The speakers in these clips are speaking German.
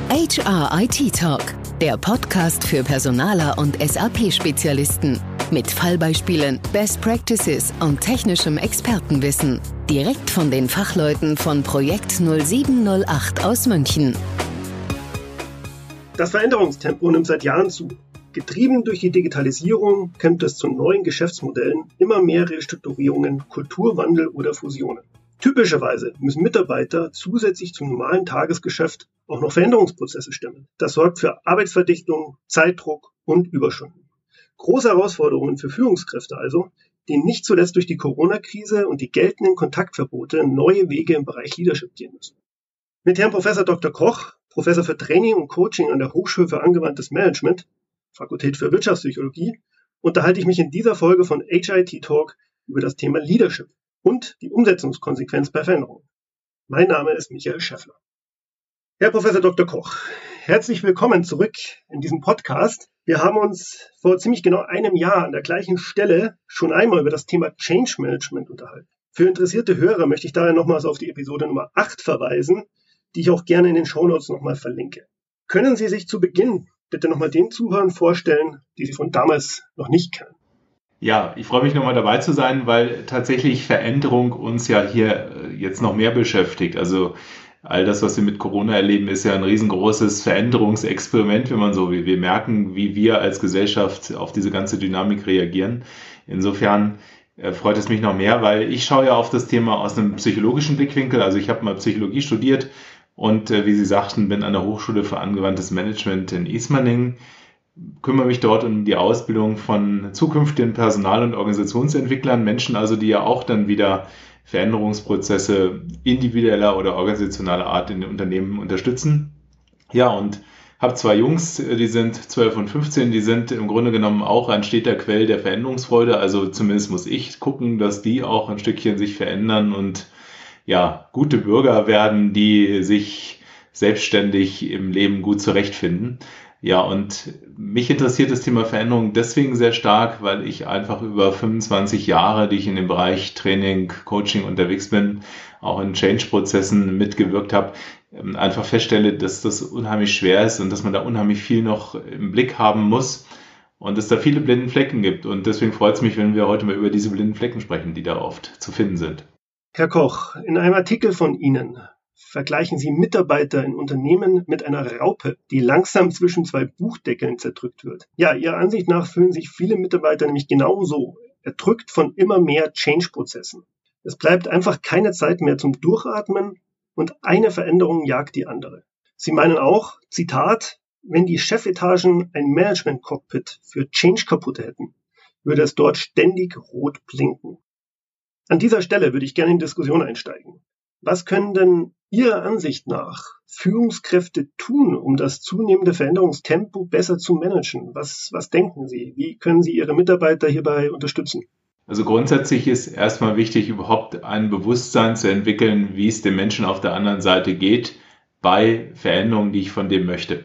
HR IT Talk, der Podcast für Personaler und SAP-Spezialisten. Mit Fallbeispielen, Best Practices und technischem Expertenwissen. Direkt von den Fachleuten von Projekt 0708 aus München. Das Veränderungstempo nimmt seit Jahren zu. Getrieben durch die Digitalisierung kommt es zu neuen Geschäftsmodellen, immer mehr Restrukturierungen, Kulturwandel oder Fusionen. Typischerweise müssen Mitarbeiter zusätzlich zum normalen Tagesgeschäft auch noch Veränderungsprozesse stemmen. Das sorgt für Arbeitsverdichtung, Zeitdruck und Überstunden. Große Herausforderungen für Führungskräfte also, die nicht zuletzt durch die Corona-Krise und die geltenden Kontaktverbote neue Wege im Bereich Leadership gehen müssen. Mit Herrn Prof. Dr. Koch, Professor für Training und Coaching an der Hochschule für angewandtes Management, Fakultät für Wirtschaftspsychologie, unterhalte ich mich in dieser Folge von HIT Talk über das Thema Leadership und die Umsetzungskonsequenz bei Veränderungen. Mein Name ist Michael Schäffler. Herr Professor Dr. Koch, herzlich willkommen zurück in diesem Podcast. Wir haben uns vor ziemlich genau einem Jahr an der gleichen Stelle schon einmal über das Thema Change Management unterhalten. Für interessierte Hörer möchte ich daher nochmals auf die Episode Nummer 8 verweisen, die ich auch gerne in den Shownotes nochmal verlinke. Können Sie sich zu Beginn bitte nochmal den Zuhörern vorstellen, die Sie von damals noch nicht kennen? Ja, ich freue mich nochmal dabei zu sein, weil tatsächlich Veränderung uns ja hier jetzt noch mehr beschäftigt. Also all das, was wir mit Corona erleben, ist ja ein riesengroßes Veränderungsexperiment, wenn man so will. Wir merken, wie wir als Gesellschaft auf diese ganze Dynamik reagieren. Insofern freut es mich noch mehr, weil ich schaue ja auf das Thema aus einem psychologischen Blickwinkel. Also ich habe mal Psychologie studiert und wie Sie sagten, bin an der Hochschule für angewandtes Management in Ismaning. Kümmere mich dort um die Ausbildung von zukünftigen Personal- und Organisationsentwicklern, Menschen also, die ja auch dann wieder Veränderungsprozesse individueller oder organisationaler Art in den Unternehmen unterstützen. Ja, und habe zwei Jungs, die sind 12 und 15, die sind im Grunde genommen auch ein steter Quell der Veränderungsfreude. Also zumindest muss ich gucken, dass die auch ein Stückchen sich verändern und ja, gute Bürger werden, die sich selbstständig im Leben gut zurechtfinden. Ja, und mich interessiert das Thema Veränderung deswegen sehr stark, weil ich einfach über 25 Jahre, die ich in dem Bereich Training, Coaching unterwegs bin, auch in Change-Prozessen mitgewirkt habe, einfach feststelle, dass das unheimlich schwer ist und dass man da unheimlich viel noch im Blick haben muss und es da viele blinden Flecken gibt. Und deswegen freut es mich, wenn wir heute mal über diese blinden Flecken sprechen, die da oft zu finden sind. Herr Koch, in einem Artikel von Ihnen vergleichen Sie Mitarbeiter in Unternehmen mit einer Raupe, die langsam zwischen zwei Buchdeckeln zerdrückt wird. Ja, Ihrer Ansicht nach fühlen sich viele Mitarbeiter nämlich genauso, erdrückt von immer mehr Change-Prozessen. Es bleibt einfach keine Zeit mehr zum Durchatmen und eine Veränderung jagt die andere. Sie meinen auch, Zitat, wenn die Chefetagen ein Management-Cockpit für Change kaputt hätten, würde es dort ständig rot blinken. An dieser Stelle würde ich gerne in die Diskussion einsteigen. Was können denn Ihrer Ansicht nach Führungskräfte tun, um das zunehmende Veränderungstempo besser zu managen? Was denken Sie? Wie können Sie Ihre Mitarbeiter hierbei unterstützen? Also grundsätzlich ist erstmal wichtig, überhaupt ein Bewusstsein zu entwickeln, wie es dem Menschen auf der anderen Seite geht, bei Veränderungen, die ich von dem möchte.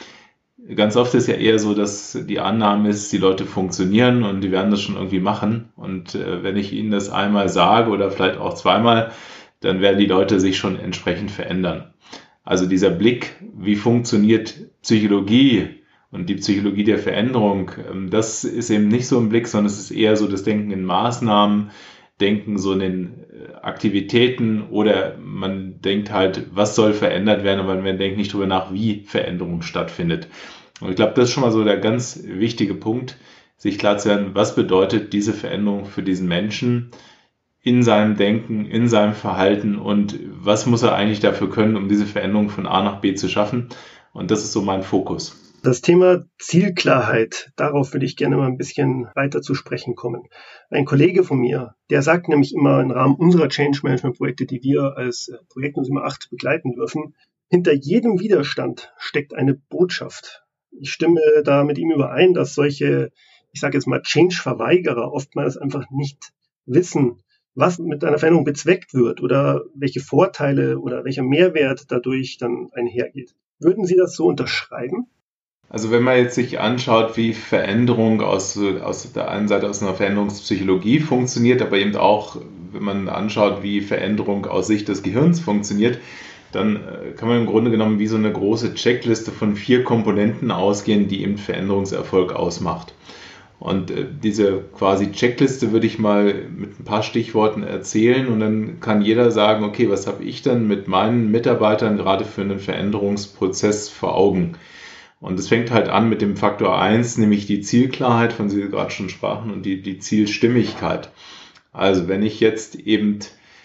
Ganz oft ist ja eher so, dass die Annahme ist, die Leute funktionieren und die werden das schon irgendwie machen. Und wenn ich ihnen das einmal sage oder vielleicht auch zweimal, dann werden die Leute sich schon entsprechend verändern. Also dieser Blick, wie funktioniert Psychologie und die Psychologie der Veränderung, das ist eben nicht so im Blick, sondern es ist eher so das Denken in Maßnahmen, Denken so in den Aktivitäten oder man denkt halt, was soll verändert werden, aber man denkt nicht darüber nach, wie Veränderung stattfindet. Und ich glaube, das ist schon mal so der ganz wichtige Punkt, sich klar zu werden, was bedeutet diese Veränderung für diesen Menschen in seinem Denken, in seinem Verhalten und was muss er eigentlich dafür können, um diese Veränderung von A nach B zu schaffen. Und das ist so mein Fokus. Das Thema Zielklarheit, darauf würde ich gerne mal ein bisschen weiter zu sprechen kommen. Ein Kollege von mir, der sagt nämlich immer im Rahmen unserer Change Management Projekte, die wir als Projekt 0708 begleiten dürfen, hinter jedem Widerstand steckt eine Botschaft. Ich stimme da mit ihm überein, dass solche, ich sage jetzt mal Change-Verweigerer oftmals einfach nicht wissen, was mit einer Veränderung bezweckt wird oder welche Vorteile oder welcher Mehrwert dadurch dann einhergeht. Würden Sie das so unterschreiben? Also wenn man jetzt sich anschaut, wie Veränderung aus der einen Seite aus einer Veränderungspsychologie funktioniert, aber eben auch, wenn man anschaut, wie Veränderung aus Sicht des Gehirns funktioniert, dann kann man im Grunde genommen wie so eine große Checkliste von 4 Komponenten ausgehen, die eben Veränderungserfolg ausmacht. Und diese quasi Checkliste würde ich mal mit ein paar Stichworten erzählen und dann kann jeder sagen, okay, was habe ich denn mit meinen Mitarbeitern gerade für einen Veränderungsprozess vor Augen? Und es fängt halt an mit dem Faktor 1, nämlich die Zielklarheit, von der Sie gerade schon sprachen, und die Zielstimmigkeit. Also wenn ich jetzt eben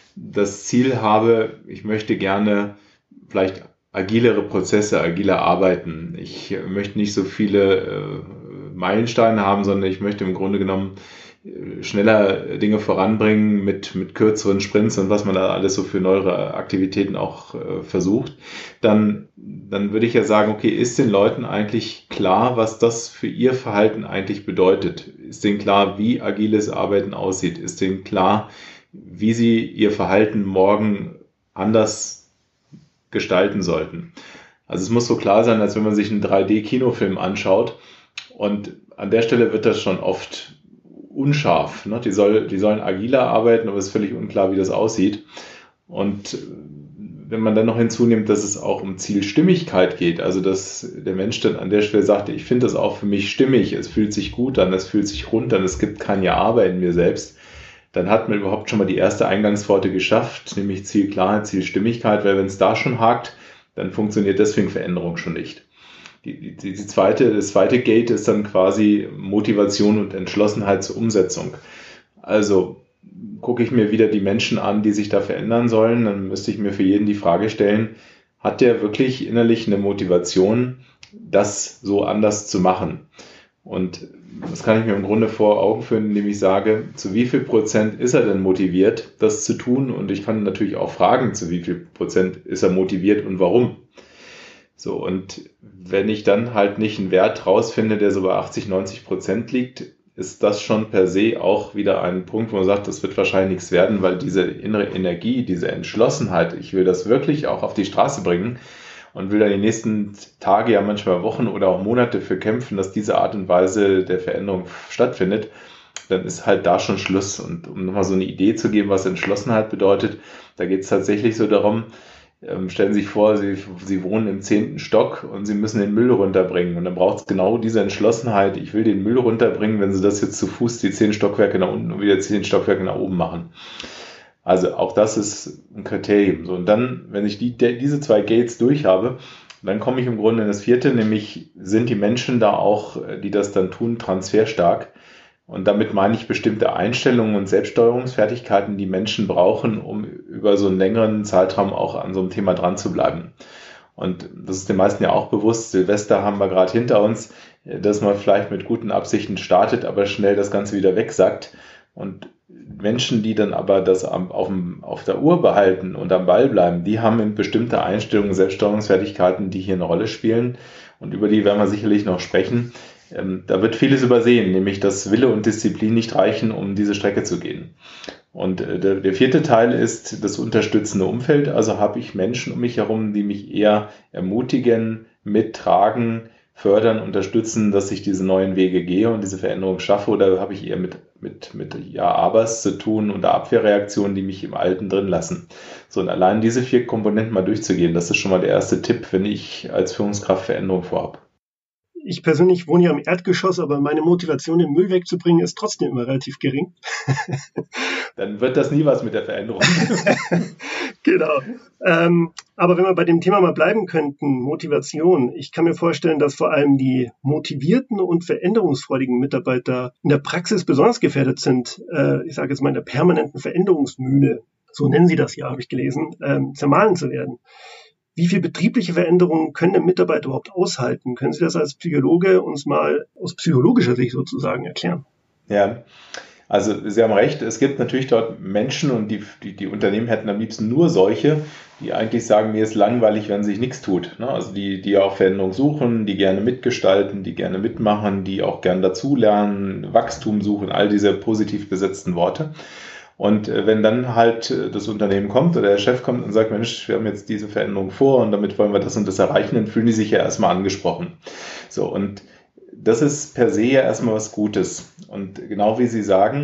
das Ziel habe, ich möchte gerne vielleicht agilere Prozesse, agiler arbeiten. Ich möchte nicht so viele Meilensteine haben, sondern ich möchte im Grunde genommen schneller Dinge voranbringen mit kürzeren Sprints und was man da alles so für neuere Aktivitäten auch versucht, dann würde ich ja sagen, okay, ist den Leuten eigentlich klar, was das für ihr Verhalten eigentlich bedeutet? Ist denen klar, wie agiles Arbeiten aussieht? Ist denen klar, wie sie ihr Verhalten morgen anders gestalten sollten? Also es muss so klar sein, als wenn man sich einen 3D-Kinofilm anschaut und an der Stelle wird das schon oft unscharf. Ne? Die sollen agiler arbeiten, aber es ist völlig unklar, wie das aussieht. Und wenn man dann noch hinzunimmt, dass es auch um Zielstimmigkeit geht, also dass der Mensch dann an der Stelle sagte, ich finde das auch für mich stimmig, es fühlt sich gut an, es fühlt sich rund an, es gibt kein Ja-Aber in mir selbst, dann hat man überhaupt schon mal die erste Eingangspforte geschafft, nämlich Zielklarheit, Zielstimmigkeit, weil wenn es da schon hakt, dann funktioniert deswegen Veränderung schon nicht. Das zweite Gate ist dann quasi Motivation und Entschlossenheit zur Umsetzung. Also gucke ich mir wieder die Menschen an, die sich da verändern sollen, dann müsste ich mir für jeden die Frage stellen, hat der wirklich innerlich eine Motivation, das so anders zu machen? Und das kann ich mir im Grunde vor Augen führen, indem ich sage, zu wie viel Prozent ist er denn motiviert, das zu tun? Und ich kann natürlich auch fragen, zu wie viel Prozent ist er motiviert und warum? So, und wenn ich dann halt nicht einen Wert rausfinde, der so bei 80-90% liegt, ist das schon per se auch wieder ein Punkt, wo man sagt, das wird wahrscheinlich nichts werden, weil diese innere Energie, diese Entschlossenheit, ich will das wirklich auch auf die Straße bringen und will dann die nächsten Tage, ja manchmal Wochen oder auch Monate für kämpfen, dass diese Art und Weise der Veränderung stattfindet, dann ist halt da schon Schluss. Und um nochmal so eine Idee zu geben, was Entschlossenheit bedeutet, da geht es tatsächlich so darum, stellen Sie sich vor, Sie wohnen im 10. Stock und Sie müssen den Müll runterbringen. Und dann braucht es genau diese Entschlossenheit, ich will den Müll runterbringen, wenn Sie das jetzt zu Fuß die 10 Stockwerke nach unten und wieder 10 Stockwerke nach oben machen. Also auch das ist ein Kriterium. So, und dann, wenn ich diese 2 Gates durch habe, dann komme ich im Grunde in das 4., nämlich sind die Menschen da auch, die das dann tun, transferstark. Und damit meine ich bestimmte Einstellungen und Selbststeuerungsfertigkeiten, die Menschen brauchen, um über so einen längeren Zeitraum auch an so einem Thema dran zu bleiben. Und das ist den meisten ja auch bewusst. Silvester haben wir gerade hinter uns, dass man vielleicht mit guten Absichten startet, aber schnell das Ganze wieder wegsackt. Und Menschen, die dann aber das auf der Uhr behalten und am Ball bleiben, die haben in bestimmte Einstellungen, Selbststeuerungsfertigkeiten, die hier eine Rolle spielen. Und über die werden wir sicherlich noch sprechen. Da wird vieles übersehen, nämlich dass Wille und Disziplin nicht reichen, um diese Strecke zu gehen. Und der 4. Teil ist das unterstützende Umfeld. Also habe ich Menschen um mich herum, die mich eher ermutigen, mittragen, fördern, unterstützen, dass ich diese neuen Wege gehe und diese Veränderung schaffe, oder habe ich eher mit Ja-Abers zu tun und Abwehrreaktionen, die mich im Alten drin lassen. So, und allein diese 4 Komponenten mal durchzugehen, das ist schon mal der erste Tipp, wenn ich als Führungskraft Veränderung vorhabe. Ich persönlich wohne ja im Erdgeschoss, aber meine Motivation, den Müll wegzubringen, ist trotzdem immer relativ gering. Dann wird das nie was mit der Veränderung. Genau. Aber wenn wir bei dem Thema mal bleiben könnten, Motivation. Ich kann mir vorstellen, dass vor allem die motivierten und veränderungsfreudigen Mitarbeiter in der Praxis besonders gefährdet sind. Ich sage jetzt mal in der permanenten Veränderungsmühle, so nennen sie das ja, habe ich gelesen, zermahlen zu werden. Wie viel betriebliche Veränderungen können der Mitarbeiter überhaupt aushalten? Können Sie das als Psychologe uns mal aus psychologischer Sicht sozusagen erklären? Ja, also Sie haben recht, es gibt natürlich dort Menschen und die Unternehmen hätten am liebsten nur solche, die eigentlich sagen, mir ist langweilig, wenn sich nichts tut. Also die auch Veränderung suchen, die gerne mitgestalten, die gerne mitmachen, die auch gerne dazulernen, Wachstum suchen, all diese positiv besetzten Worte. Und wenn dann halt das Unternehmen kommt oder der Chef kommt und sagt, Mensch, wir haben jetzt diese Veränderung vor und damit wollen wir das und das erreichen, dann fühlen die sich ja erstmal angesprochen. So, und das ist per se ja erstmal was Gutes. Und genau wie Sie sagen,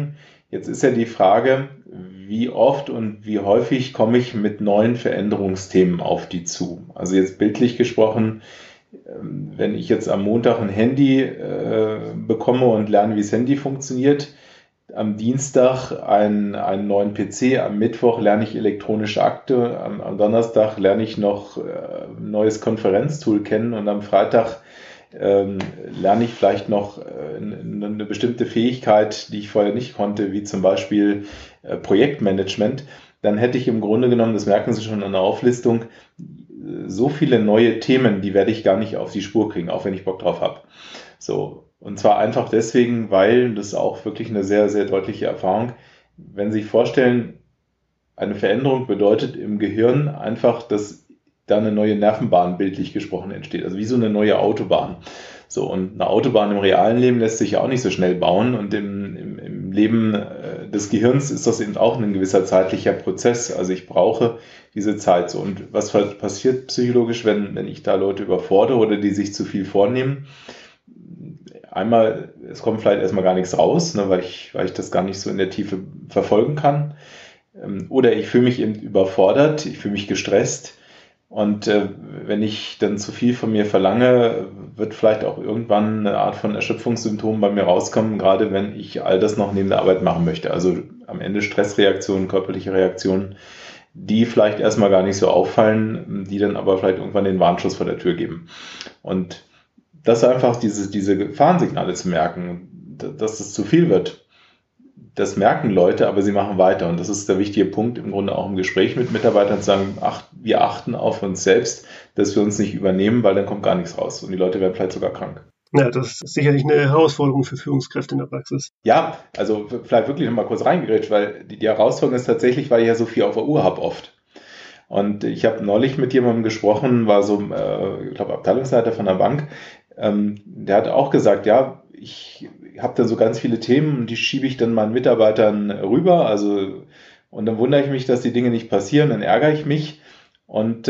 Jetzt ist ja die Frage, wie oft und wie häufig komme ich mit neuen Veränderungsthemen auf die zu? Also jetzt bildlich gesprochen, wenn ich jetzt am Montag ein Handy bekomme und lerne, wie das Handy funktioniert, am Dienstag einen neuen PC, am Mittwoch lerne ich elektronische Akte, am Donnerstag lerne ich noch ein neues Konferenztool kennen und am Freitag lerne ich vielleicht noch eine bestimmte Fähigkeit, die ich vorher nicht konnte, wie zum Beispiel Projektmanagement, dann hätte ich im Grunde genommen, das merken Sie schon an der Auflistung, so viele neue Themen, die werde ich gar nicht auf die Spur kriegen, auch wenn ich Bock drauf habe. So, und zwar einfach deswegen, weil, das ist auch wirklich eine sehr, sehr deutliche Erfahrung, wenn Sie sich vorstellen, eine Veränderung bedeutet im Gehirn einfach, dass da eine neue Nervenbahn bildlich gesprochen entsteht, also wie so eine neue Autobahn. So, und eine Autobahn im realen Leben lässt sich ja auch nicht so schnell bauen und im Leben des Gehirns ist das eben auch ein gewisser zeitlicher Prozess. Also ich brauche diese Zeit so. Und was passiert psychologisch, wenn ich da Leute überfordere oder die sich zu viel vornehmen? Einmal, es kommt vielleicht erstmal gar nichts raus, ne, weil ich das gar nicht so in der Tiefe verfolgen kann. Oder ich fühle mich eben überfordert, ich fühle mich gestresst. Und wenn ich dann zu viel von mir verlange, wird vielleicht auch irgendwann eine Art von Erschöpfungssymptomen bei mir rauskommen, gerade wenn ich all das noch neben der Arbeit machen möchte. Also am Ende Stressreaktionen, körperliche Reaktionen, die vielleicht erstmal gar nicht so auffallen, die dann aber vielleicht irgendwann den Warnschuss vor der Tür geben. Und das einfach diese Gefahrensignale zu merken, dass es zu viel wird. Das merken Leute, aber sie machen weiter. Und das ist der wichtige Punkt im Grunde auch im Gespräch mit Mitarbeitern, zu sagen, wir achten auf uns selbst, dass wir uns nicht übernehmen, weil dann kommt gar nichts raus. Und die Leute werden vielleicht sogar krank. Ja, das ist sicherlich eine Herausforderung für Führungskräfte in der Praxis. Ja, also vielleicht wirklich nochmal kurz reingerätscht, weil die Herausforderung ist tatsächlich, weil ich ja so viel auf der Uhr habe oft. Und ich habe neulich mit jemandem gesprochen, war so, ich glaube, Abteilungsleiter von einer Bank, der hat auch gesagt, ja, ich habe dann so ganz viele Themen und die schiebe ich dann meinen Mitarbeitern rüber. Also, und dann wundere ich mich, dass die Dinge nicht passieren, dann ärgere ich mich. Und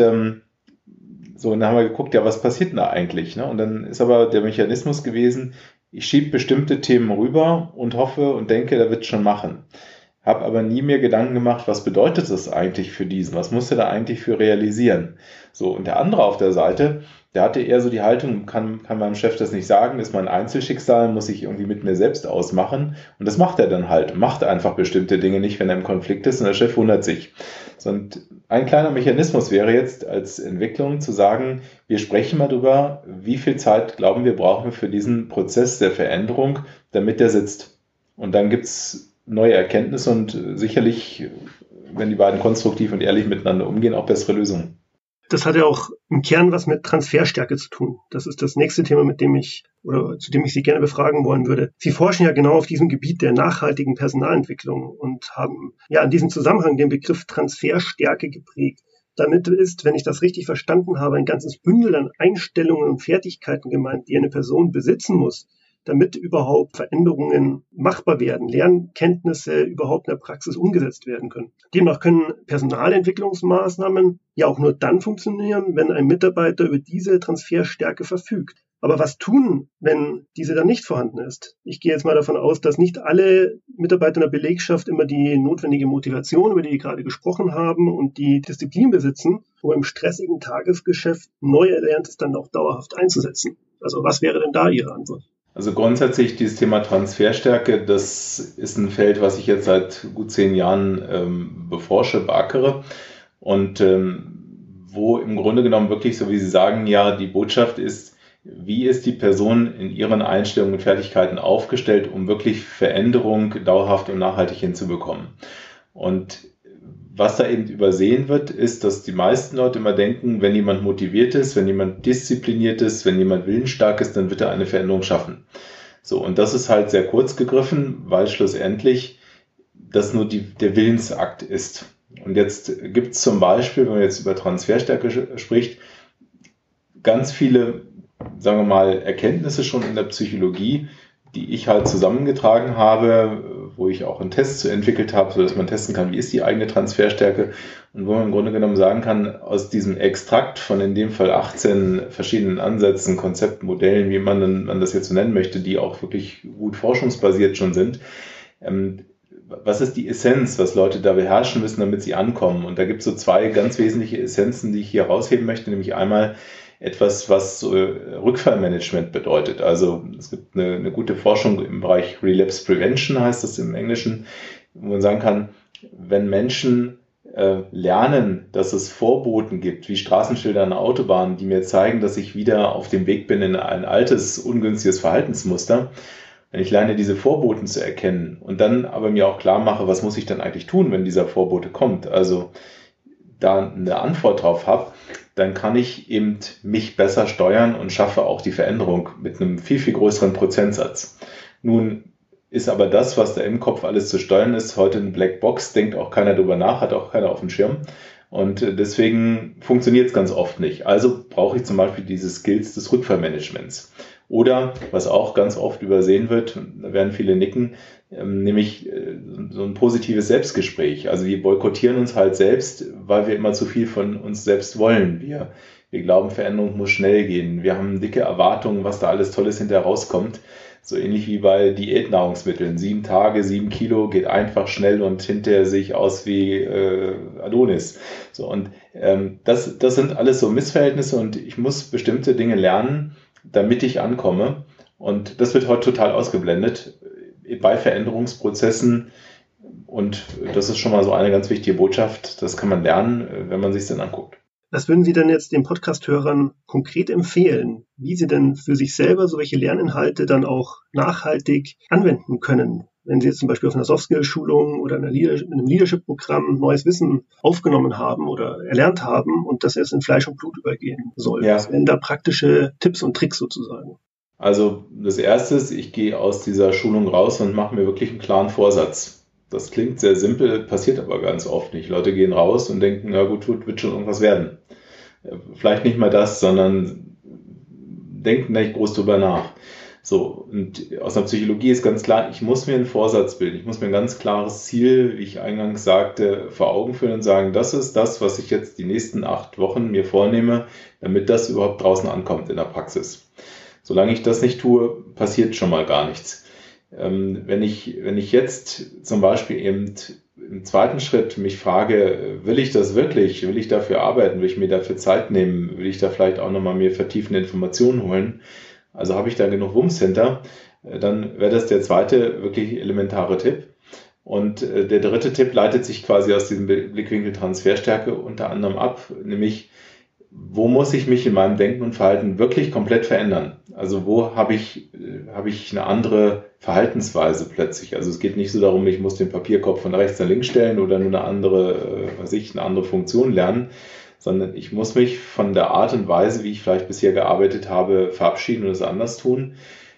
so, und dann haben wir geguckt, ja, was passiert denn da eigentlich? Ne? Und dann ist aber der Mechanismus gewesen, ich schiebe bestimmte Themen rüber und hoffe und denke, der wird es schon machen. Habe aber nie mir Gedanken gemacht, was bedeutet das eigentlich für diesen? Was muss er da eigentlich für realisieren? So, und der andere auf der Seite, der hatte eher so die Haltung, kann meinem Chef das nicht sagen, ist mein Einzelschicksal, muss ich irgendwie mit mir selbst ausmachen. Und das macht er dann halt, macht einfach bestimmte Dinge nicht, wenn er im Konflikt ist und der Chef wundert sich. Und ein kleiner Mechanismus wäre jetzt als Entwicklung zu sagen, wir sprechen mal drüber, wie viel Zeit glauben wir brauchen für diesen Prozess der Veränderung, damit der sitzt. Und dann gibt's neue Erkenntnisse und sicherlich, wenn die beiden konstruktiv und ehrlich miteinander umgehen, auch bessere Lösungen. Das hat ja auch im Kern was mit Transferstärke zu tun. Das ist das nächste Thema, zu dem ich Sie gerne befragen wollen würde. Sie forschen ja genau auf diesem Gebiet der nachhaltigen Personalentwicklung und haben ja in diesem Zusammenhang den Begriff Transferstärke geprägt. Damit ist, wenn ich das richtig verstanden habe, ein ganzes Bündel an Einstellungen und Fertigkeiten gemeint, die eine Person besitzen muss, damit überhaupt Veränderungen machbar werden, Lernkenntnisse überhaupt in der Praxis umgesetzt werden können. Demnach können Personalentwicklungsmaßnahmen ja auch nur dann funktionieren, wenn ein Mitarbeiter über diese Transferstärke verfügt. Aber was tun, wenn diese dann nicht vorhanden ist? Ich gehe jetzt mal davon aus, dass nicht alle Mitarbeiter in der Belegschaft immer die notwendige Motivation, über die wir gerade gesprochen haben, und die Disziplin besitzen, um im stressigen Tagesgeschäft neu Erlerntes dann auch dauerhaft einzusetzen. Also was wäre denn da Ihre Antwort? Also grundsätzlich dieses Thema Transferstärke, das ist ein Feld, was ich jetzt seit gut 10 Jahren beforsche, beackere und wo im Grunde genommen wirklich, so wie Sie sagen, ja, die Botschaft ist, wie ist die Person in ihren Einstellungen und Fertigkeiten aufgestellt, um wirklich Veränderung dauerhaft und nachhaltig hinzubekommen. Und was da eben übersehen wird, ist, dass die meisten Leute immer denken, wenn jemand motiviert ist, wenn jemand diszipliniert ist, wenn jemand willensstark ist, dann wird er eine Veränderung schaffen. So, und das ist halt sehr kurz gegriffen, weil schlussendlich das nur der Willensakt ist. Und jetzt gibt es zum Beispiel, wenn man jetzt über Transferstärke spricht, ganz viele, sagen wir mal, Erkenntnisse schon in der Psychologie, die ich halt zusammengetragen habe, wo ich auch einen Test zu entwickelt habe, sodass man testen kann, wie ist die eigene Transferstärke und wo man im Grunde genommen sagen kann, aus diesem Extrakt von in dem Fall 18 verschiedenen Ansätzen, Konzepten, Modellen, wie man das jetzt so nennen möchte, die auch wirklich gut forschungsbasiert schon sind, was ist die Essenz, was Leute da beherrschen müssen, damit sie ankommen? Und da gibt es so 2 ganz wesentliche Essenzen, die ich hier rausheben möchte, nämlich einmal etwas, was Rückfallmanagement bedeutet. Also es gibt eine gute Forschung im Bereich Relapse Prevention, heißt das im Englischen, wo man sagen kann, wenn Menschen lernen, dass es Vorboten gibt, wie Straßenschilder an Autobahnen, die mir zeigen, dass ich wieder auf dem Weg bin in ein altes, ungünstiges Verhaltensmuster. Wenn ich lerne, diese Vorboten zu erkennen und dann aber mir auch klar mache, was muss ich dann eigentlich tun, wenn dieser Vorbote kommt, also da eine Antwort drauf habe, dann kann ich eben mich besser steuern und schaffe auch die Veränderung mit einem viel, viel größeren Prozentsatz. Nun ist aber das, was da im Kopf alles zu steuern ist, heute eine Blackbox, denkt auch keiner drüber nach, hat auch keiner auf dem Schirm. Und deswegen funktioniert es ganz oft nicht. Also brauche ich zum Beispiel diese Skills des Rückfallmanagements. Oder, was auch ganz oft übersehen wird, da werden viele nicken, nämlich so ein positives Selbstgespräch. Also wir boykottieren uns halt selbst, weil wir immer zu viel von uns selbst wollen. Wir glauben, Veränderung muss schnell gehen. Wir haben dicke Erwartungen, was da alles Tolles hinterher rauskommt. So ähnlich wie bei Diätnahrungsmitteln. 7 Tage, 7 Kilo geht einfach schnell und hinterher sehe ich aus wie Adonis. So, und das sind alles so Missverhältnisse und ich muss bestimmte Dinge lernen, damit ich ankomme. Und das wird heute total ausgeblendet bei Veränderungsprozessen. Und das ist schon mal so eine ganz wichtige Botschaft. Das kann man lernen, wenn man sich es dann anguckt. Was würden Sie denn jetzt den Podcast-Hörern konkret empfehlen, wie sie denn für sich selber solche Lerninhalte dann auch nachhaltig anwenden können? Wenn Sie jetzt zum Beispiel auf einer Soft-Skills-Schulung oder in einem Leadership-Programm neues Wissen aufgenommen haben oder erlernt haben und das jetzt in Fleisch und Blut übergehen soll. Ja. Was wären da praktische Tipps und Tricks sozusagen? Also das Erste ist, ich gehe aus dieser Schulung raus und mache mir wirklich einen klaren Vorsatz. Das klingt sehr simpel, passiert aber ganz oft nicht. Leute gehen raus und denken, na gut, wird schon irgendwas werden. Vielleicht nicht mal das, sondern denken nicht groß drüber nach. So, und aus der Psychologie ist ganz klar, ich muss mir einen Vorsatz bilden. Ich muss mir ein ganz klares Ziel, wie ich eingangs sagte, vor Augen führen und sagen, das ist das, was ich jetzt die nächsten 8 Wochen mir vornehme, damit das überhaupt draußen ankommt in der Praxis. Solange ich das nicht tue, passiert schon mal gar nichts. Wenn ich jetzt zum Beispiel eben im zweiten Schritt mich frage, will ich das wirklich, will ich dafür arbeiten, will ich mir dafür Zeit nehmen, will ich da vielleicht auch nochmal mir vertiefende Informationen holen, also habe ich da genug Wumms hinter, dann wäre das der zweite wirklich elementare Tipp. Und der dritte Tipp leitet sich quasi aus diesem Blickwinkel Transferstärke unter anderem ab, nämlich wo muss ich mich in meinem Denken und Verhalten wirklich komplett verändern? Also wo habe ich eine andere Verhaltensweise plötzlich? Also es geht nicht so darum, ich muss den Papierkorb von rechts nach links stellen oder nur eine andere Funktion lernen, sondern ich muss mich von der Art und Weise, wie ich vielleicht bisher gearbeitet habe, verabschieden und es anders tun.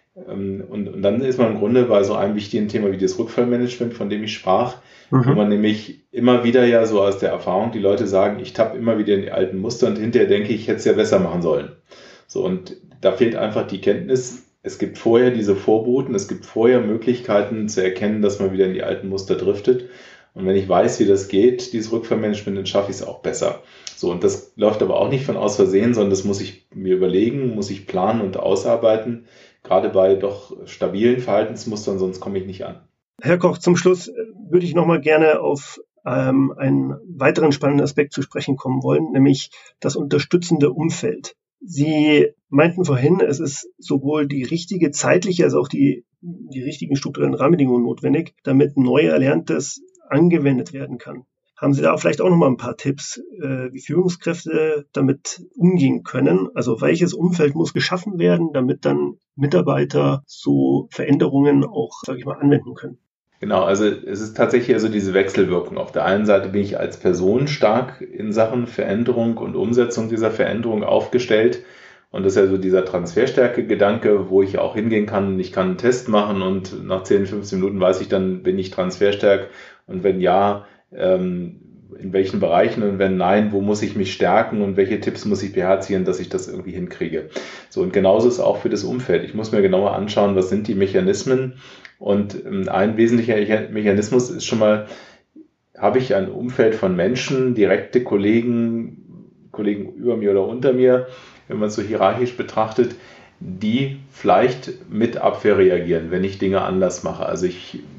Und dann ist man im Grunde bei so einem wichtigen Thema wie das Rückfallmanagement, von dem ich sprach, wo man nämlich immer wieder ja so aus der Erfahrung, die Leute sagen, ich tappe immer wieder in die alten Muster und hinterher denke ich hätte es ja besser machen sollen. So, und da fehlt einfach die Kenntnis, es gibt vorher diese Vorboten, es gibt vorher Möglichkeiten zu erkennen, dass man wieder in die alten Muster driftet. Und wenn ich weiß, wie das geht, dieses Rückfallmanagement, dann schaffe ich es auch besser. So, und das läuft aber auch nicht von aus Versehen, sondern das muss ich mir überlegen, muss ich planen und ausarbeiten, gerade bei doch stabilen Verhaltensmustern, sonst komme ich nicht an. Herr Koch, zum Schluss würde ich nochmal gerne auf einen weiteren spannenden Aspekt zu sprechen kommen wollen, nämlich das unterstützende Umfeld. Sie meinten vorhin, es ist sowohl die richtige zeitliche als auch die richtigen strukturellen Rahmenbedingungen notwendig, damit neu Erlerntes angewendet werden kann. Haben Sie da vielleicht auch nochmal ein paar Tipps, wie Führungskräfte damit umgehen können? Also welches Umfeld muss geschaffen werden, damit dann Mitarbeiter so Veränderungen auch, sage ich mal, anwenden können? Genau, also es ist tatsächlich also diese Wechselwirkung. Auf der einen Seite bin ich als Person stark in Sachen Veränderung und Umsetzung dieser Veränderung aufgestellt. Und das ist ja so dieser Transferstärke-Gedanke, wo ich auch hingehen kann, ich kann einen Test machen und nach 10, 15 Minuten weiß ich dann, bin ich transferstark und wenn ja, in welchen Bereichen und wenn nein, wo muss ich mich stärken und welche Tipps muss ich beherzigen, dass ich das irgendwie hinkriege. So, und genauso ist es auch für das Umfeld. Ich muss mir genauer anschauen, was sind die Mechanismen und ein wesentlicher Mechanismus ist schon mal, habe ich ein Umfeld von Menschen, direkte Kollegen über mir oder unter mir, wenn man es so hierarchisch betrachtet, die vielleicht mit Abwehr reagieren, wenn ich Dinge anders mache. Also ich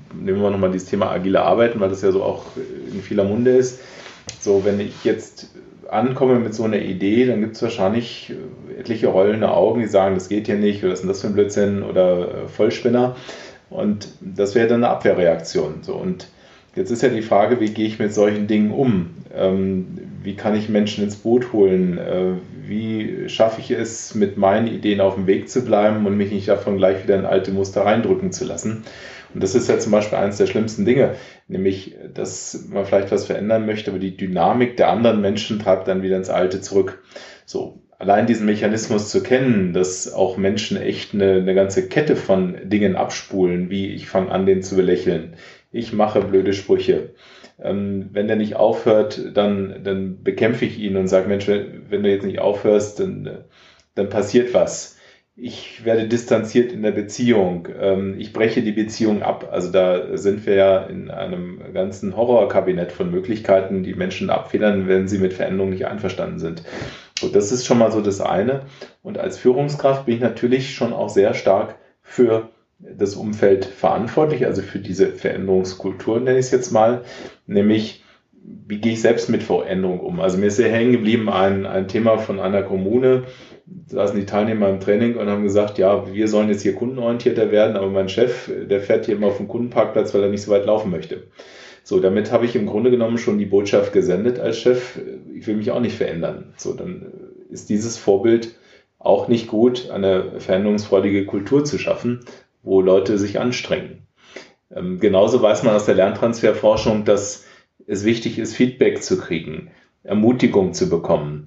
nehmen wir nochmal dieses Thema agile Arbeiten, weil das ja so auch in vieler Munde ist. So, wenn ich jetzt ankomme mit so einer Idee, dann gibt es wahrscheinlich etliche rollende Augen, die sagen, das geht hier nicht, oder was ist denn das für ein Blödsinn oder Vollspinner. Und das wäre dann eine Abwehrreaktion. So, und jetzt ist ja die Frage, wie gehe ich mit solchen Dingen um? Wie kann ich Menschen ins Boot holen? Wie schaffe ich es, mit meinen Ideen auf dem Weg zu bleiben und mich nicht davon gleich wieder in alte Muster reindrücken zu lassen? Und das ist ja zum Beispiel eines der schlimmsten Dinge, nämlich, dass man vielleicht was verändern möchte, aber die Dynamik der anderen Menschen treibt dann wieder ins Alte zurück. So, allein diesen Mechanismus zu kennen, dass auch Menschen echt eine ganze Kette von Dingen abspulen, wie ich fange an, den zu belächeln, ich mache blöde Sprüche. Wenn der nicht aufhört, dann bekämpfe ich ihn und sage, Mensch, wenn du jetzt nicht aufhörst, dann passiert was. Ich werde distanziert in der Beziehung. Ich breche die Beziehung ab. Also da sind wir ja in einem ganzen Horrorkabinett von Möglichkeiten, die Menschen abfedern, wenn sie mit Veränderungen nicht einverstanden sind. Und das ist schon mal so das eine. Und als Führungskraft bin ich natürlich schon auch sehr stark für das Umfeld verantwortlich, also für diese Veränderungskultur, nenne ich es jetzt mal, nämlich wie gehe ich selbst mit Veränderung um. Also mir ist sehr hängen geblieben ein Thema von einer Kommune, da saßen die Teilnehmer im Training und haben gesagt, ja, wir sollen jetzt hier kundenorientierter werden, aber mein Chef, der fährt hier immer auf den Kundenparkplatz, weil er nicht so weit laufen möchte. So, damit habe ich im Grunde genommen schon die Botschaft gesendet als Chef, ich will mich auch nicht verändern. So, dann ist dieses Vorbild auch nicht gut, eine veränderungsfreudige Kultur zu schaffen, wo Leute sich anstrengen. Genauso weiß man aus der Lerntransferforschung, dass es wichtig ist, Feedback zu kriegen, Ermutigung zu bekommen,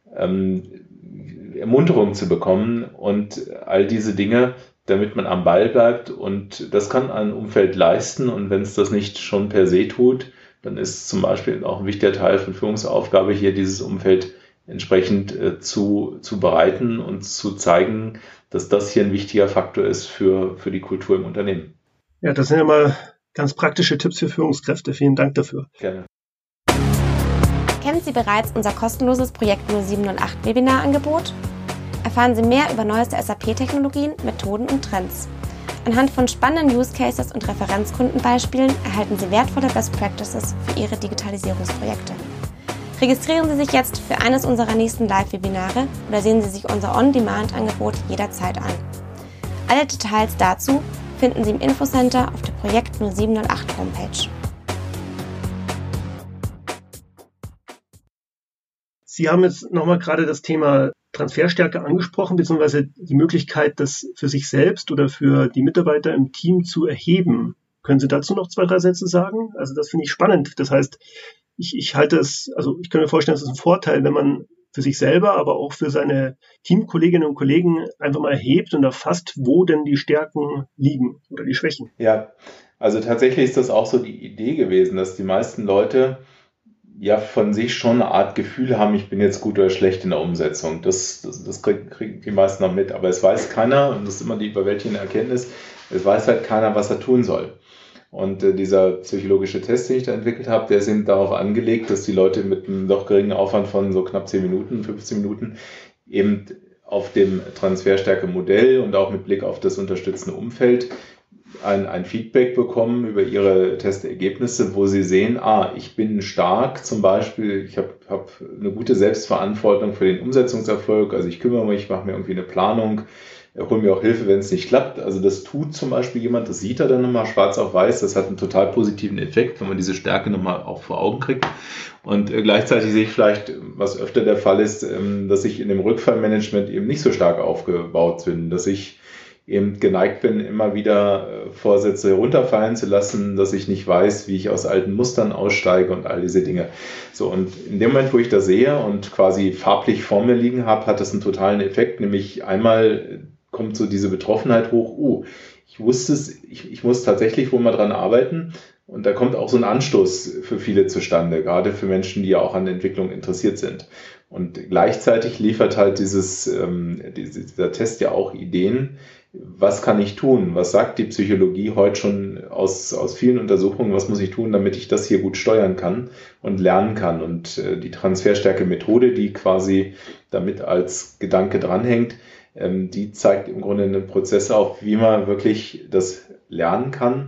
Ermunterung zu bekommen und all diese Dinge, damit man am Ball bleibt. Und das kann ein Umfeld leisten. Und wenn es das nicht schon per se tut, dann ist zum Beispiel auch ein wichtiger Teil von Führungsaufgabe hier, dieses Umfeld entsprechend zu bereiten und zu zeigen, dass das hier ein wichtiger Faktor ist für die Kultur im Unternehmen. Ja, das sind ja mal ganz praktische Tipps für Führungskräfte. Vielen Dank dafür. Gerne. Kennen Sie bereits unser kostenloses Projekt 0708 Webinarangebot? Erfahren Sie mehr über neueste SAP-Technologien, Methoden und Trends. Anhand von spannenden Use Cases und Referenzkundenbeispielen erhalten Sie wertvolle Best Practices für Ihre Digitalisierungsprojekte. Registrieren Sie sich jetzt für eines unserer nächsten Live-Webinare oder sehen Sie sich unser On-Demand-Angebot jederzeit an. Alle Details dazu finden Sie im Infocenter auf der Projekt 0708 Homepage. Sie haben jetzt nochmal gerade das Thema Transferstärke angesprochen, beziehungsweise die Möglichkeit, das für sich selbst oder für die Mitarbeiter im Team zu erheben. Können Sie dazu noch 2, 3 Sätze sagen? Also das finde ich spannend. Das heißt, ich halte es, also ich kann mir vorstellen, es ist ein Vorteil, wenn man für sich selber, aber auch für seine Teamkolleginnen und Kollegen einfach mal erhebt und erfasst, wo denn die Stärken liegen oder die Schwächen. Ja, also tatsächlich ist das auch so die Idee gewesen, dass die meisten Leute ja von sich schon eine Art Gefühl haben, ich bin jetzt gut oder schlecht in der Umsetzung. Das kriegen die meisten noch mit, aber es weiß keiner, und das ist immer die überwältigende Erkenntnis, es weiß halt keiner, was er tun soll. Und dieser psychologische Test, den ich da entwickelt habe, der ist eben darauf angelegt, dass die Leute mit einem doch geringen Aufwand von so knapp 10 Minuten, 15 Minuten eben auf dem Transferstärke-Modell und auch mit Blick auf das unterstützende Umfeld ein Feedback bekommen über ihre Testergebnisse, wo sie sehen, ich bin stark, zum Beispiel, ich hab eine gute Selbstverantwortung für den Umsetzungserfolg, also ich kümmere mich, mache mir irgendwie eine Planung, hole mir auch Hilfe, wenn es nicht klappt. Also das tut zum Beispiel jemand, das sieht er dann nochmal schwarz auf weiß, das hat einen total positiven Effekt, wenn man diese Stärke nochmal auch vor Augen kriegt. Und gleichzeitig sehe ich vielleicht, was öfter der Fall ist, dass ich in dem Rückfallmanagement eben nicht so stark aufgebaut bin, dass ich eben geneigt bin, immer wieder Vorsätze herunterfallen zu lassen, dass ich nicht weiß, wie ich aus alten Mustern aussteige und all diese Dinge. So, und in dem Moment, wo ich das sehe und quasi farblich vor mir liegen habe, hat das einen totalen Effekt, nämlich einmal kommt so diese Betroffenheit hoch, ich wusste es, ich muss tatsächlich wohl mal dran arbeiten. Und da kommt auch so ein Anstoß für viele zustande, gerade für Menschen, die ja auch an der Entwicklung interessiert sind. Und gleichzeitig liefert halt dieser Test ja auch Ideen, was kann ich tun? Was sagt die Psychologie heute schon aus vielen Untersuchungen? Was muss ich tun, damit ich das hier gut steuern kann und lernen kann? Und die Transferstärke-Methode, die quasi damit als Gedanke dranhängt, die zeigt im Grunde einen Prozess auf, wie man wirklich das lernen kann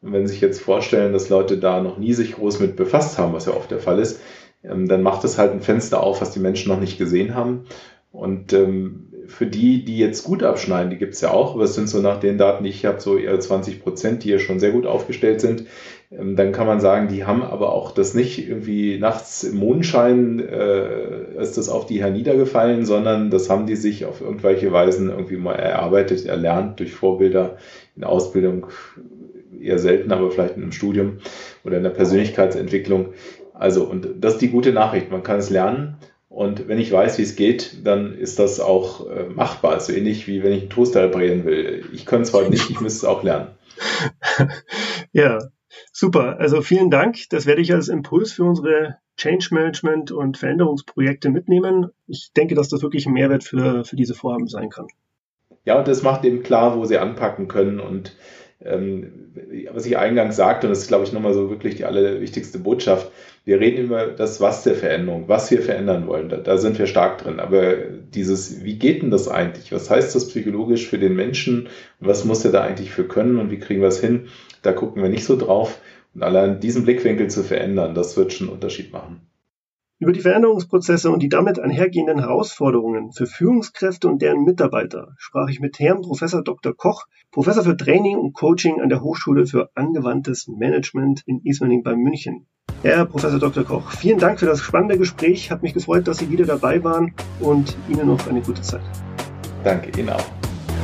Und wenn Sie sich jetzt vorstellen, dass Leute da noch nie sich groß mit befasst haben, was ja oft der Fall ist, dann macht es halt ein Fenster auf, was die Menschen noch nicht gesehen haben. Und für die jetzt gut abschneiden, die gibt es ja auch, aber es sind so nach den Daten, die ich habe, so eher 20%, die ja schon sehr gut aufgestellt sind. Dann kann man sagen, die haben aber auch das nicht irgendwie nachts im Mondschein ist das auf die herniedergefallen, sondern das haben die sich auf irgendwelche Weisen irgendwie mal erarbeitet, erlernt durch Vorbilder in Ausbildung, eher selten, aber vielleicht in einem Studium oder in der Persönlichkeitsentwicklung. Also, und das ist die gute Nachricht, man kann es lernen. Und wenn ich weiß, wie es geht, dann ist das auch machbar. So ähnlich wie wenn ich einen Toaster reparieren will. Ich kann es zwar nicht, ich müsste es auch lernen. Ja, super. Also vielen Dank. Das werde ich als Impuls für unsere Change Management und Veränderungsprojekte mitnehmen. Ich denke, dass das wirklich ein Mehrwert für diese Vorhaben sein kann. Ja, und das macht eben klar, wo sie anpacken können. Und was ich eingangs sagte, und das ist, glaube ich, nochmal so wirklich die allerwichtigste Botschaft, wir reden über das Was der Veränderung, was wir verändern wollen, da sind wir stark drin, aber dieses, wie geht denn das eigentlich, was heißt das psychologisch für den Menschen und was muss er da eigentlich für können und wie kriegen wir es hin, da gucken wir nicht so drauf und allein diesen Blickwinkel zu verändern, das wird schon einen Unterschied machen. Über die Veränderungsprozesse und die damit einhergehenden Herausforderungen für Führungskräfte und deren Mitarbeiter sprach ich mit Herrn Prof. Dr. Koch, Professor für Training und Coaching an der Hochschule für angewandtes Management in Ismaning bei München. Herr Professor Dr. Koch, vielen Dank für das spannende Gespräch. Hat mich gefreut, dass Sie wieder dabei waren und Ihnen noch eine gute Zeit. Danke, Ihnen auch.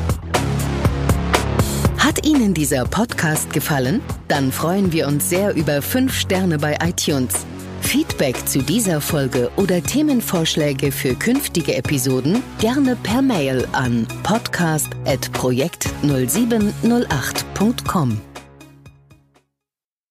Hat Ihnen dieser Podcast gefallen? Dann freuen wir uns sehr über 5 Sterne bei iTunes. Feedback zu dieser Folge oder Themenvorschläge für künftige Episoden gerne per Mail an podcast@projekt0708.com.